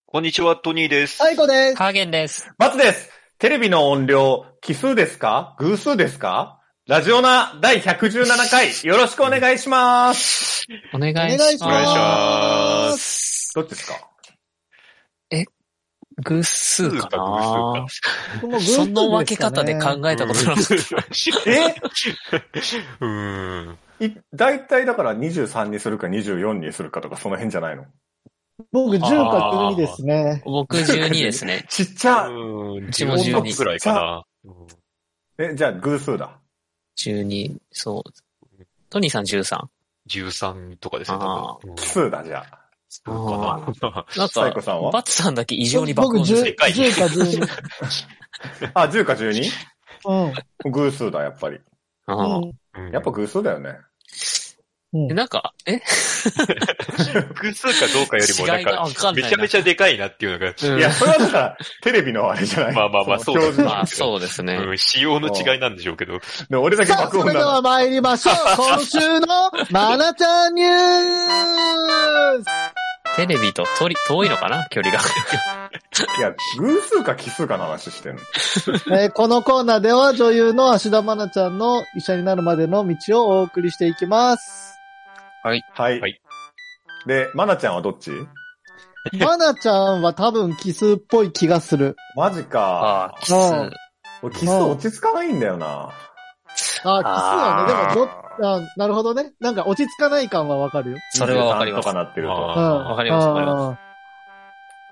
こんにちは、トニーです。 最後です。 ハーゲンです。 松です。テレビの音量、奇数ですか偶数ですかラジオナ第117回、よろしくお願いします。 お願いします。 お願いします。 どっちですか？ 偶数かな。 僕も偶数その分け方で考えたことなかった。 だいたいだから23にするか24にするかとかその辺じゃないの？ 僕10か12ですね。 僕12ですね。 ちっちゃ。 うちも12 くらいかな。じゃあ偶数だ。 12、そう。トニーさん13。 13とかですね、多分。 奇数だ、じゃあ。 そうかな。 なんサイコさんはバツさんだけ異常に爆音ですね。 僕10か12。 あ、10か 12？ うん。 偶数だ、やっぱり。やっぱ偶数だよね。 なんか、 偶数かどうかよりもなんか、めちゃめちゃでかいなっていうのが。 いや、それはだから、テレビのあれじゃない。 まあ、そうですね。 まあ、そうですね。 仕様の違いなんでしょうけど。 で俺だけ爆音なの。 それでは参りましょう。今週のマナちゃんニュース。 テレビと遠いのかな距離が。 いや、偶数か奇数かの話してんの。 このコーナーでは女優の芦田愛菜ちゃんの医者になるまでの道をお送りしていきます。 はい。 はい。で、愛菜ちゃんはどっち？ 愛菜ちゃんは多分奇数っぽい気がする。 マジか。 奇数。 奇数落ち着かないんだよな。 奇数はね、でもなるほどね。なんか落ち着かない感はわかるよ。 それはわかります。 とかなってると。 わかります、わかります。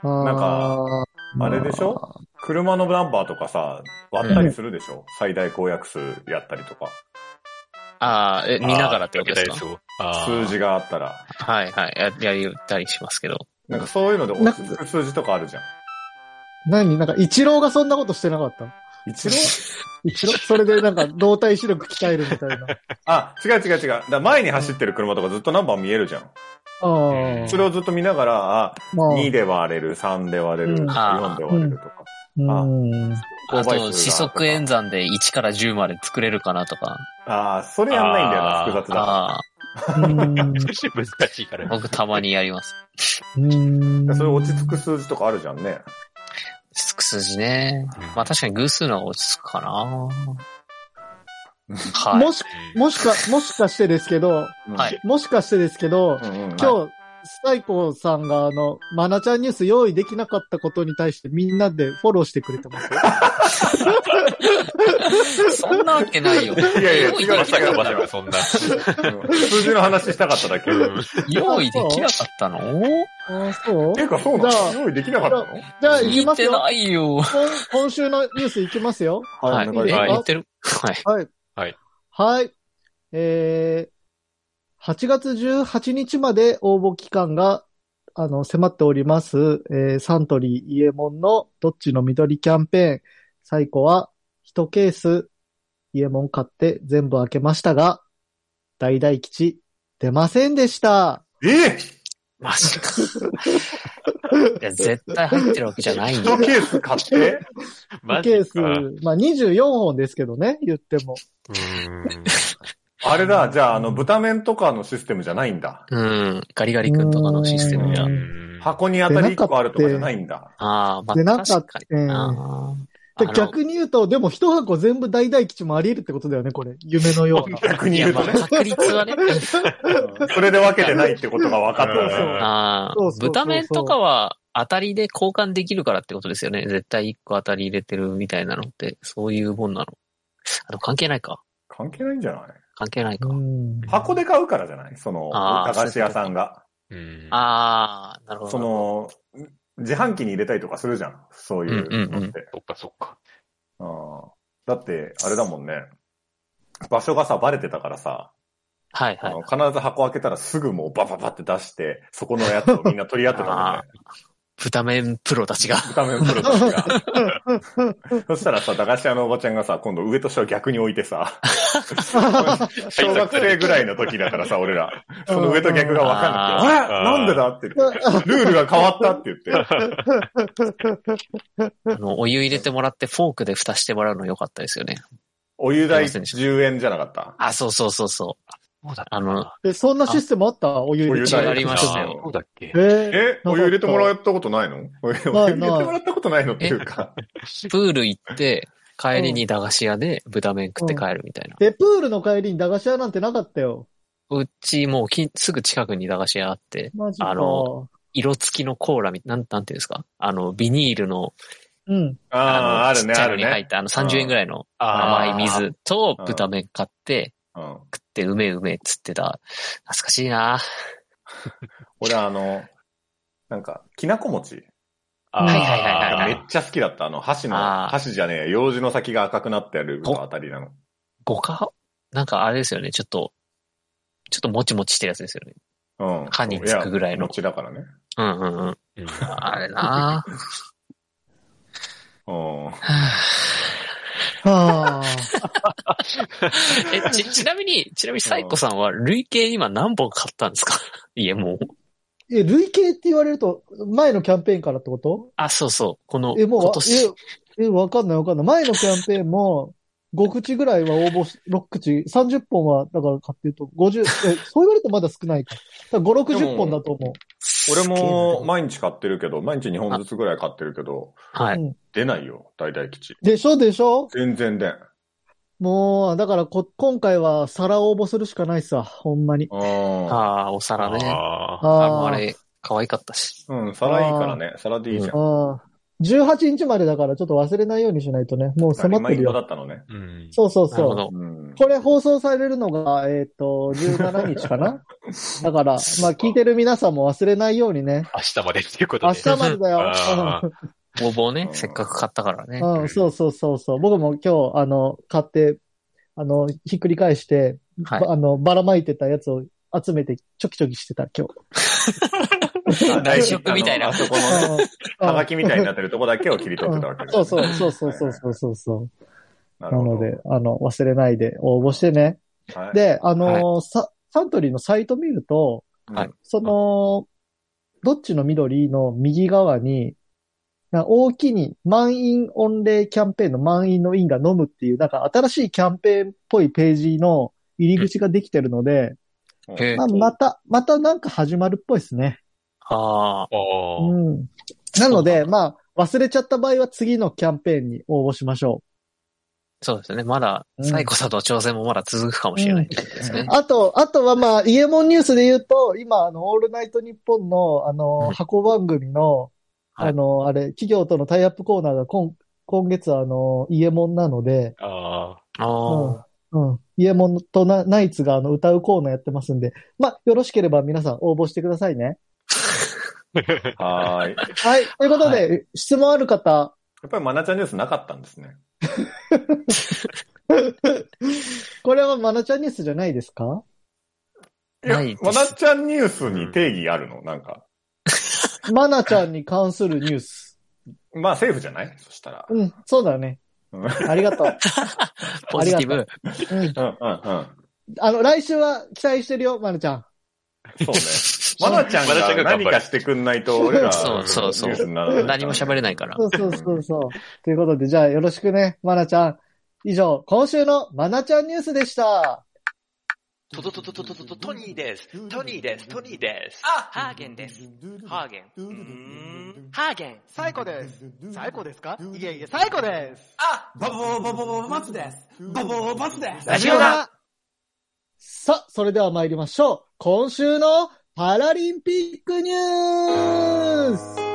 なんか、あれでしょ？車のナンバーとかさ、割ったりするでしょ？最大公約数やったりとか。 見ながらってことですか？ 数字があったら。 はいはい。やったりしますけど。 なんかそういうので落ち着く数字とかあるじゃん。 なんか、イチローがそんなことしてなかった？ イチローそれでなんか、動体視力鍛えるみたいな。 あ、違う。だ前に走ってる車とかずっとナンバー見えるじゃん。それをずっと見ながら、2で割れる、3で割れる、4で割れるとか。 あと、四則演算で1から10まで作れるかなとか。 それやんないんだよな、複雑だから。 難しいから。 僕たまにやります。 それ落ち着く数字とかあるじゃんね。 落ち着く数字ね。まあ確かに偶数の方が落ち着くかな。 はい。もしかしてですけど、 はい。 もしかしてですけど、今日、サイコさんがマナちゃんニュース用意できなかったことに対してみんなでフォローしてくれてますそんなわけないよ。 いや、 まさかそんな。 数字の話したかっただけ。 用意できなかったの？ そう？ ていうかそうなの？用意できなかったの？ じゃあ行きますよ。 聞いてないよ。 今週のニュース行きますよ。 はい。言ってる？ はい。はい。8月18日まで応募期間が、迫っております、サントリーイエモンのどっちの緑キャンペーン。最後は、1ケース、イエモン買って全部開けましたが、大々吉出ませんでした。 マジか。いや、絶対入ってるわけじゃないんだよ。 1ケース買って ?1 ケース、まあ、24本ですけどね、言っても。 あれだ、じゃあ、豚麺とかのシステムじゃないんだ。 ガリガリ君とかのシステムじゃ。 箱に当たり1個あるとかじゃないんだ。 まあ、確かにな。 逆に言うと、でも一箱全部大々吉もあり得るってことだよね、これ。夢のような。 逆に言うとね。 確率はね。 それで分けてないってことが分かった。 豚麺とかは当たりで交換できるからってことですよね。絶対1個当たり入れてるみたいなのって、そういうもんなの。関係ないか。 関係ないんじゃない？ 関係ないか。 箱で買うからじゃない？駄菓子屋さんが。 なるほど。 自販機に入れたりとかするじゃん。そういうのって。 そっか。 だって、あれだもんね。場所がさ、バレてたからさ。 はい。 必ず箱開けたらすぐもうバババって出して、そこのやつをみんな取り合ってたもんね。 豚麺プロたちが。 そしたらさ、駄菓子屋のおばちゃんがさ、今度上と下を逆に置いてさ、小学生ぐらいの時だからさ、俺ら。その上と逆がわかんなくて、なんでだって言って、ルールが変わったって言って。お湯入れてもらってフォークで蓋してもらうの良かったですよね。 お湯代10円じゃなかった？ そう。 そんなシステムあったお湯入れて。 ありましたよ。 そうだっけお湯入れてもらったことないの？お湯入れてもらったことないのっていうか。 プール行って、帰りに駄菓子屋で豚麺食って帰るみたいな。 で、プールの帰りに駄菓子屋なんてなかったよ。 うちもうすぐ近くに駄菓子屋あって、 マジか。 色付きのコーラなんていうんですか？ビニールの、 あるね、 ちっちゃいのに入った30円ぐらいの甘い水と豚麺買って、食ってうめっつってた。懐かしいな。 俺なんか、きなこ餅。 はい。 めっちゃ好きだった。箸じゃねえ、楊枝の先が赤くなってるあたりなの。 なんかあれですよね、ちょっともちもちしてるやつですよね。歯につくぐらいの。 餅だからね。 あれなちなみにサイコさんは累計今何本買ったんですか？家も。 累計って言われると、前のキャンペーンからってこと？ そう。今年。 わかんない。前のキャンペーンも、5口ぐらいは応募し、6口、30本は、だから買ってると、50、そう言われるとまだ少ないか。だから5、60本だと思う。 俺も毎日買ってるけど、毎日2本ずつぐらい買ってるけど、出ないよ、大々吉。 でしょ全然出ん。 もう、だから今回は皿応募するしかないっすわ、ほんまに。 お皿ね。あれ、可愛かったし。 皿いいからね、皿でいいじゃん。 18日までだからちょっと忘れないようにしだね。もう迫ってるよ。 だったのね。 そう。これ放送されるのが、17日かなだから、聞いてる皆さんも忘れないようにね。 明日までっていうことで。 明日までだよ。 応募ね、せっかく買ったからね。 そう。僕も今日、買って、ひっくり返して、ばらまいてたやつを集めてちょきちょきしてた、今日。 外食みたいな。 あそこの、はがきみたいになってるとこだけを切り取ってたわけですね。 そう。なので、忘れないで応募してね。で、サントリーのサイト見ると、どっちの緑の右側に、大きに満員御礼キャンペーンの満員の員が飲むっていう、なんか新しいキャンペーンっぽいページの入り口ができてるので、またなんか始まるっぽいですね。なので、忘れちゃった場合は次のキャンペーンに応募しましょう。そうですね。まだ、サイコさんとの挑戦もまだ続くかもしれないですね。 あとはイエモンニュースで言うと、今、オールナイトニッポンの、箱番組の、企業とのタイアップコーナーが今月イエモンなので、イエモンとナイツが歌うコーナーやってますんで、よろしければ皆さん応募してくださいね。 はい。 ということで、質問ある方。 やっぱりマナちゃんニュースなかったんですね。 これはマナちゃんニュースじゃないですか？ ないです。 マナちゃんニュースに定義あるの？なんか。 マナちゃんに関するニュース。 セーフじゃない？そしたら。 そうだね。ありがとう。 ポジティブ。 来週は期待してるよ、マナちゃん。 そうね。マナちゃんが何かしてくんないと、俺ら。 そう。何も喋れないから。 そう。ということで、じゃあよろしくね、マナちゃん。以上、今週のマナちゃんニュースでした。 トニーです。 ハーゲンです。ハーゲン。サイコです。サイコですか？いえ、サイコです。バツです。バツです。 ラジオだ。さあ、それでは参りましょう。今週のパラリンピックニュース。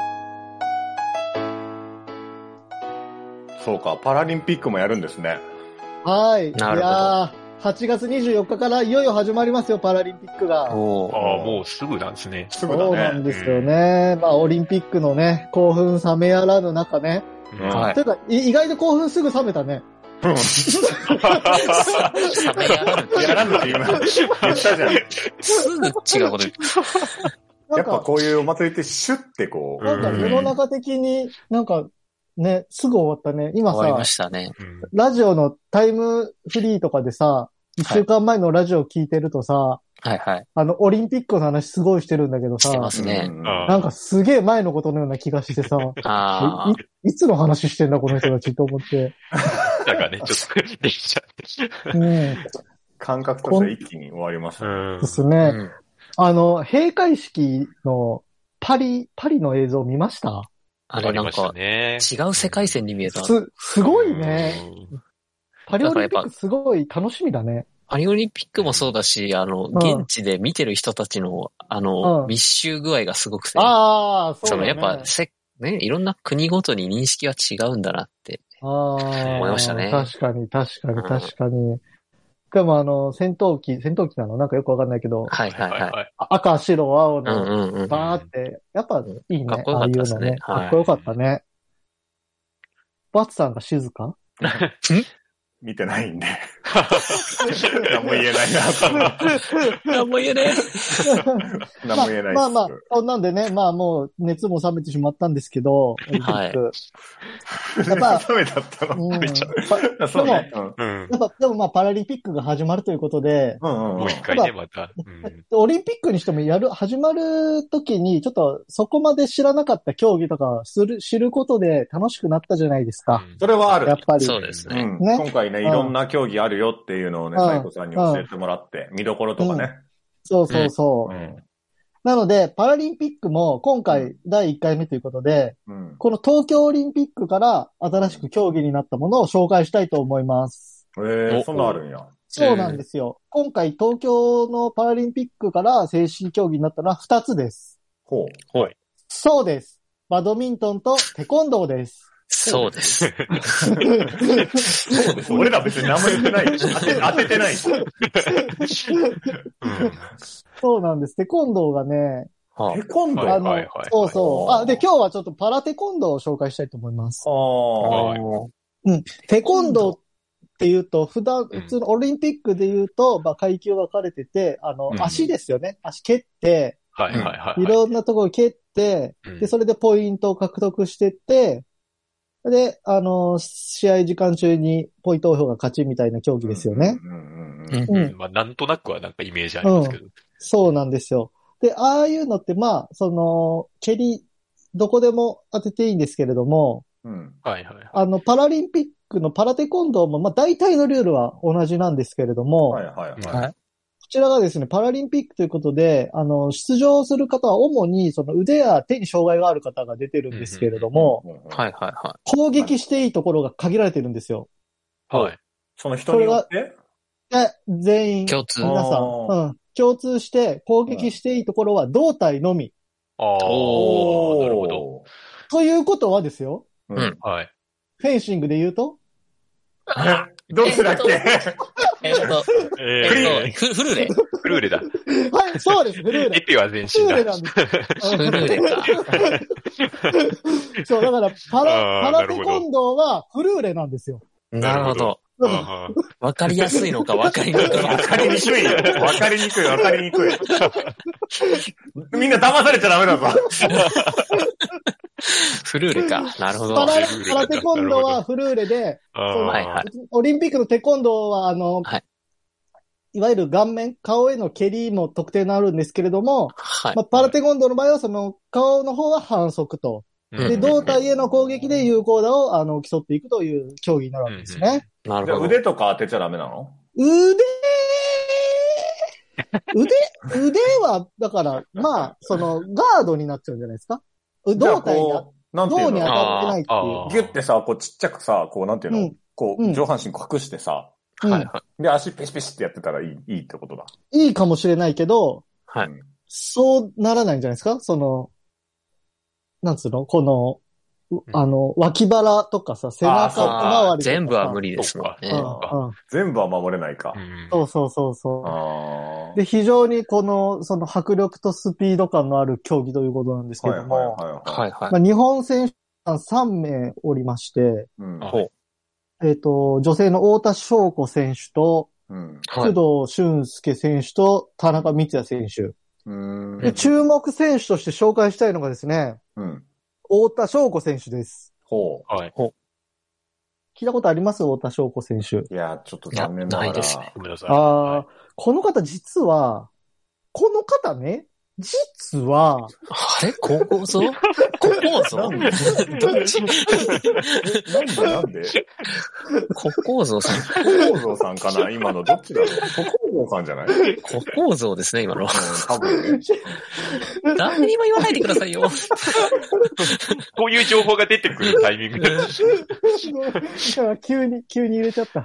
そうか、パラリンピックもやるんですね。 はい。 なるほど。 8月24日からいよいよ始まりますよ、パラリンピックが。 もうすぐなんですね。 すぐだね。 そうなんですよね。オリンピックのね、興奮冷めやらぬ中ね。というか、意外と興奮すぐ冷めたね。 冷めやらぬ。 やらぬって今言ったじゃん。 すぐ違うこと言って。 やっぱこういうお祭りってシュッてこう。 なんか世の中的になんかね、すぐ終わったね。今さ、 終わりましたね。 ラジオのタイムフリーとかでさ、1週間前のラジオ聞いてるとさ、オリンピックの話すごいしてるんだけどさ、 してますね。 なんかすげえ前のことのような気がしてさ、いつの話してんだこの人たちと思って。 なんかね、ちょっとできちゃって。 感覚としては一気に終わりましたね。 ですね。閉会式のパリの映像見ました？ あれなんか、違う世界線に見えた。 すごいね。パリオリンピックすごい楽しみだね。 パリオリンピックもそうだし、現地で見てる人たちの、密集具合がすごくて。 ああ、そうだね。 やっぱ、ね、いろんな国ごとに認識は違うんだなって、思いましたね。 確かに。でも戦闘機なのなんかよくわかんないけど。 はいはいはい。 赤、白、青の、バーって、やっぱいいね。 かっこよかったですね。 かっこよかったね。バツさんが静か？ 見てないんで。何も言えないな。 何も言えねえ。 何も言えないです。 まあ、なんでね、まあもう熱も冷めてしまったんですけど、 はい。 やっぱ、 冷めだったの。そうね。 でもまあパラリンピックが始まるということで、 もう一回ね、また。 オリンピックにしても始まる時に、ちょっとそこまで知らなかった競技とか知ることで楽しくなったじゃないですか。 それはある。 やっぱり。 そうですね。 今回ね、いろんな競技あるよっていうのをね、サイコさんに教えてもらって、見どころとかね。 そう。なので、パラリンピックも今回第1回目ということで、この東京オリンピックから新しく競技になったものを紹介したいと思います。 そんなあるんや。 そうなんですよ。今回東京のパラリンピックから正式競技になったのは2つです。そうです。バドミントンとテコンドーです。 そうです。 そうです。俺ら別に何も言ってない。当ててない。 そうなんです。テコンドーがね。 テコンドーそう。で、今日はちょっとパラテコンドーを紹介したいと思います。テコンドーっていうと、普通のオリンピックで言うと、階級分かれてて、足ですよね。足蹴って、いろんなところ蹴って、で、それでポイントを獲得してって、で、試合時間中にポイ投票が勝ちみたいな競技ですよね。 まあ、なんとなくはなんかイメージありますけど。 そうなんですよ。で、ああいうのって、まあ、蹴り、どこでも当てていいんですけれども、パラリンピックのパラテコンドーも、まあ、大体のルールは同じなんですけれども、こちらがですね、パラリンピックということで、出場する方は主に、腕や手に障害がある方が出てるんですけれども、攻撃していいところが限られてるんですよ。 その人によって全員、 共通。 皆さん、共通して攻撃していいところは胴体のみ。 なるほど。 ということはですよ。 はい。 フェンシングで言うとどっちだっけフルーレだ。はい、そうです、フルーレ。 エピは全身だ。 フルーレか。 そう、だからパラテコンドーはフルーレなんですよ。 なるほど。わかりやすいのかわかりにくいのか。 わかりにくい。みんな騙されちゃダメだぞ。 フルーレか。なるほど。 パラテコンドーはフルーレで、オリンピックのテコンドーは、いわゆる顔面、顔への蹴りも特定のあるんですけれども、パラテコンドーの場合はその顔の方は反則と。で、胴体への攻撃で有効打を競っていくという競技になるわけですね。 なるほど。 腕とか当てちゃダメなの？ 腕は、だから、まあ、ガードになっちゃうんじゃないですか？胴体が、胴に当たってないっていう。 ギュってさ、こうちっちゃくさ、こうなんていうの？こう、上半身隠してさ、で、足ペシペシってやってたらいいってことだ。 いいかもしれないけど、そうならないんじゃないですか？なんつうの？脇腹とかさ、背中周りとか。 全部は無理ですもんね。 全部は守れないか。 そう。で、非常に迫力とスピード感のある競技ということなんですけども、日本選手団3名おりまして、女性の太田翔子選手と、工藤俊介選手と田中光也選手。で、注目選手として紹介したいのがですね、太田翔子選手です。聞いたことあります？太田翔子選手。 いや、ちょっと残念ながら。 ないですね。 ごめんなさい。 この方実は、この方ね、 実は、 あれ高校像高校像どっちなんで高校像さん高校像さんかな今のどっちだろう高校像さんじゃない高校像ですね、今の。 多分ね。 誰にも言わないでくださいよ。 こういう情報が出てくるタイミングで。 急に入れちゃった。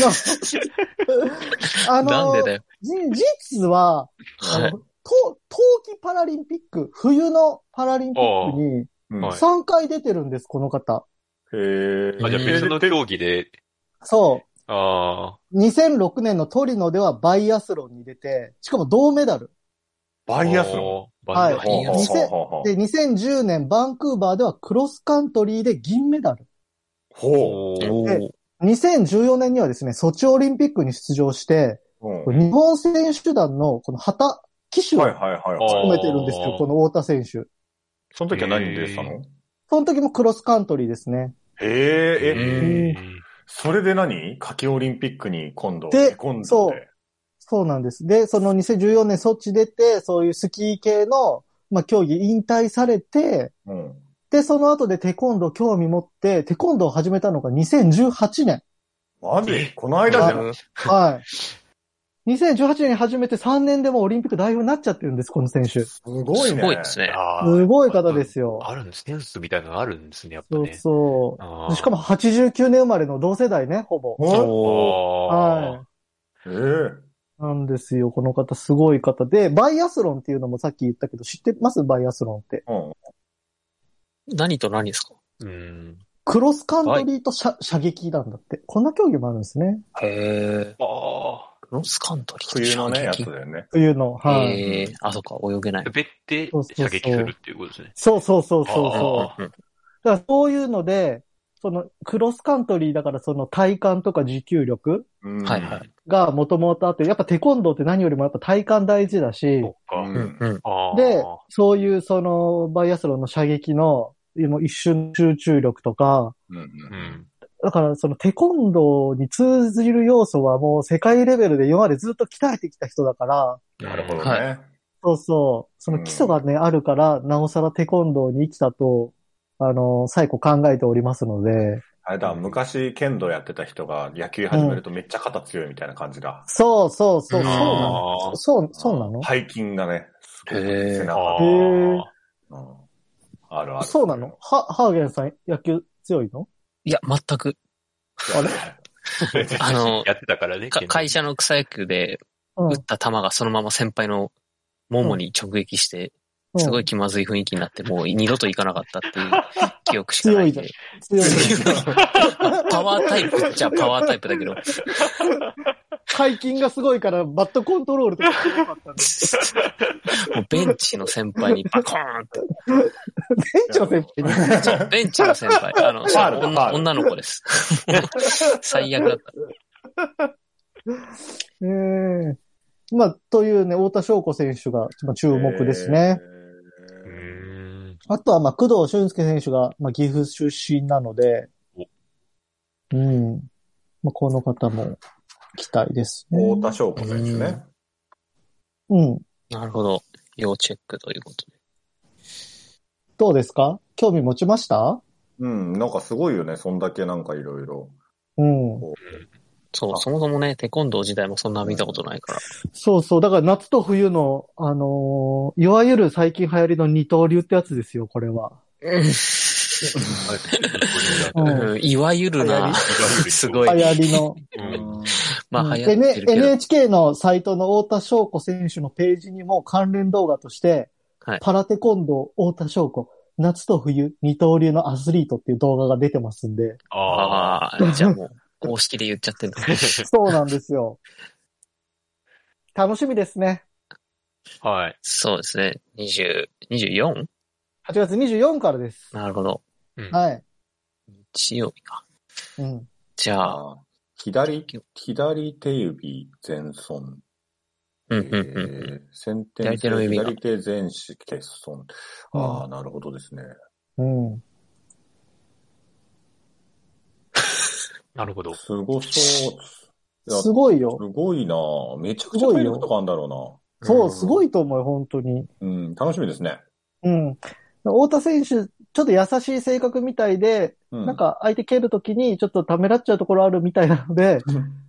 なんでだよ。 実は、冬季パラリンピック、冬のパラリンピックに3回出てるんです、この方。 へー。 あ、じゃあ別の競技で。 そう。 ああ。 2006年のトリノではバイアスロンに出て、しかも銅メダル。 バイアスロンはい。で、2010年バンクーバーではクロスカントリーで銀メダル。 ほう。 で、2014年にはですね、ソチオリンピックに出場して、日本選手団のこの旗手を務めてるんですよ、この太田選手。 その時は何でしたの？ その時もクロスカントリーですね。 それで夏季オリンピックに今度。 そうなんです。で、その2014年ソチ出て、そういうスキー系の、競技引退されて、で、その後でテコンドー興味持って、テコンドーを始めたのが2018年。 マジ？この間じゃん。 はい。2018年に始めて3年でもオリンピック代表になっちゃってるんです、この選手。 すごいね。 すごいですね。 すごい方ですよ。 あるんです。センスみたいなのがあるんですね、やっぱね。 そう。しかも89年生まれの同世代ね、ほぼ。はい。なんですよ、この方、すごい方で、バイアスロンっていうのもさっき言ったけど、知ってますバイアスロンって。 何と何ですか？ クロスカントリーと射撃なんだって。こんな競技もあるんですね。 へー。クロスカントリー冬のね、やつだよね。 冬の。はい。 そっか、泳げない。 別で射撃するっていうことですね。 そう。だからそういうので、そのクロスカントリーだからその体幹とか持久力がもともとあって、やっぱテコンドーって何よりもやっぱ体幹大事だし、で、そういうそのバイアスロンの射撃の一瞬集中力とか、だからそのテコンドーに通じる要素はもう世界レベルで今までずっと鍛えてきた人だから、 なるほどね。 その基礎がね、あるから、なおさらテコンドーに生きたと、最後考えておりますので。 あれだ、昔剣道やってた人が野球始めるとめっちゃ肩強いみたいな感じだ。 そうなの背筋がね、すごく背中ある。 そうなのハーゲンさん野球強いの？ いや、全く。 あれやってたからね。 会社の草野球で、打った球がそのまま先輩のももに直撃して、すごい気まずい雰囲気になって、もう二度と行かなかったっていう記憶しかないんで。 強いパワータイプっちゃパワータイプだけど。 背筋がすごいからバットコントロールとかすごかったんで。 もうベンチの先輩にパコーンって。 ベンチの先輩にそう、ベンチの先輩。女の子です。最悪だった。 というね、太田翔子選手が注目ですね。あとは、工藤俊介選手が、岐阜出身なので、この方も期待ですね。 太田翔子選手ね。 なるほど。要チェックということで。 どうですか？興味持ちました？ なんかすごいよね。そんだけなんかいろいろ。 そう、そもそもね、テコンドー自体もそんな見たことないから。 そう。だから夏と冬の、いわゆる最近流行りの二刀流ってやつですよ、これは。 いわゆるな。すごい。 流行りの。 流行ってるけど。 NHK のサイトの太田翔子選手のページにも関連動画として、パラテコンドー太田翔子、夏と冬二刀流のアスリートっていう動画が出てますんで。 じゃあもう。公式で言っちゃってるそうなんですよ。楽しみですね。 はい。 そうですね。24？ 8月24からです。 なるほど。 はい。 日曜日か。じゃあ、 左手指前損。先天性左手前肢欠損。なるほどですね。 なるほど。 すごそう。 すごいよ。 すごいな。めちゃくちゃ体力とかあるんだろそう、すごいと思うよ、本当に。 うん、楽しみですね。 うん。太田選手、ちょっと優しい性格みたいで、なんか相手蹴るときにちょっとためらっちゃうところあるみたいなので、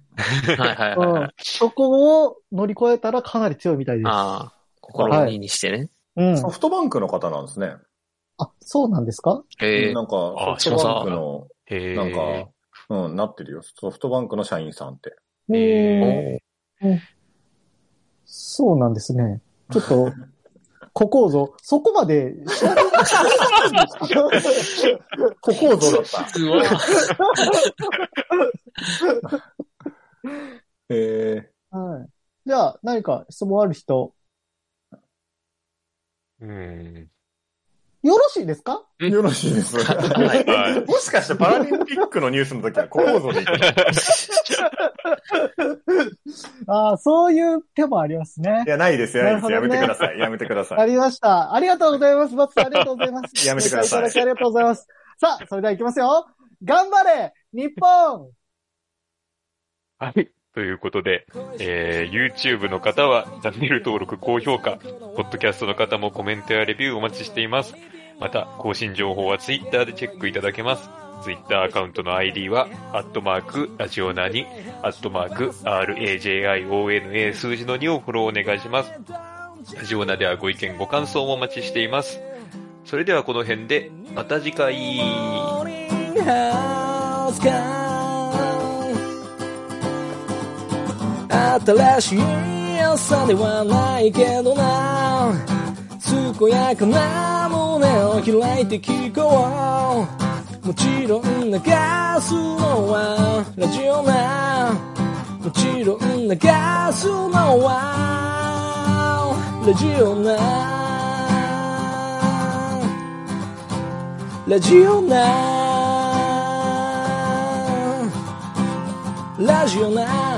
そこを乗り越えたらかなり強いみたいです。 ああ、心にしてね、 はい。ソフトバンクの方なんですね。 あ、そうなんですか？ なんか、ソフトバンクの、なんか、なってるよ。ソフトバンクの社員さんって。 そうなんですね。ちょっと、小構造、そこまで知らない。 小構造だった。 はい。じゃあ、何か質問ある人。よろしいですか？ よろしいです。はい。もしかしてパラリンピックのニュースの時は小構造でいいああ、そういう手もありますね。 いや、ないですよ、ないです。やめてください。やめてください。 ありました。ありがとうございます。バツさん、ありがとうございます。 やめてください。 いただきありがとうございます。さあ、それでは行きますよ。頑張れ日本。 はい。ということで、YouTube の方はチャンネル登録、高評価、ポッドキャストの方もコメントやレビューお待ちしています。また、更新情報は Twitter でチェックいただけます。Twitter アカウントの ID は、ラジオナに、RAJIONA 数字の2をフォローお願いします。ラジオナではご意見ご感想もお待ちしています。それではこの辺で、また次回。新しい朝ではないけどな、健やかな胸を開いて聞こう。もちろん流すのはラジオな、もちろん流すのはラジオな、ラジオな、ラジオな。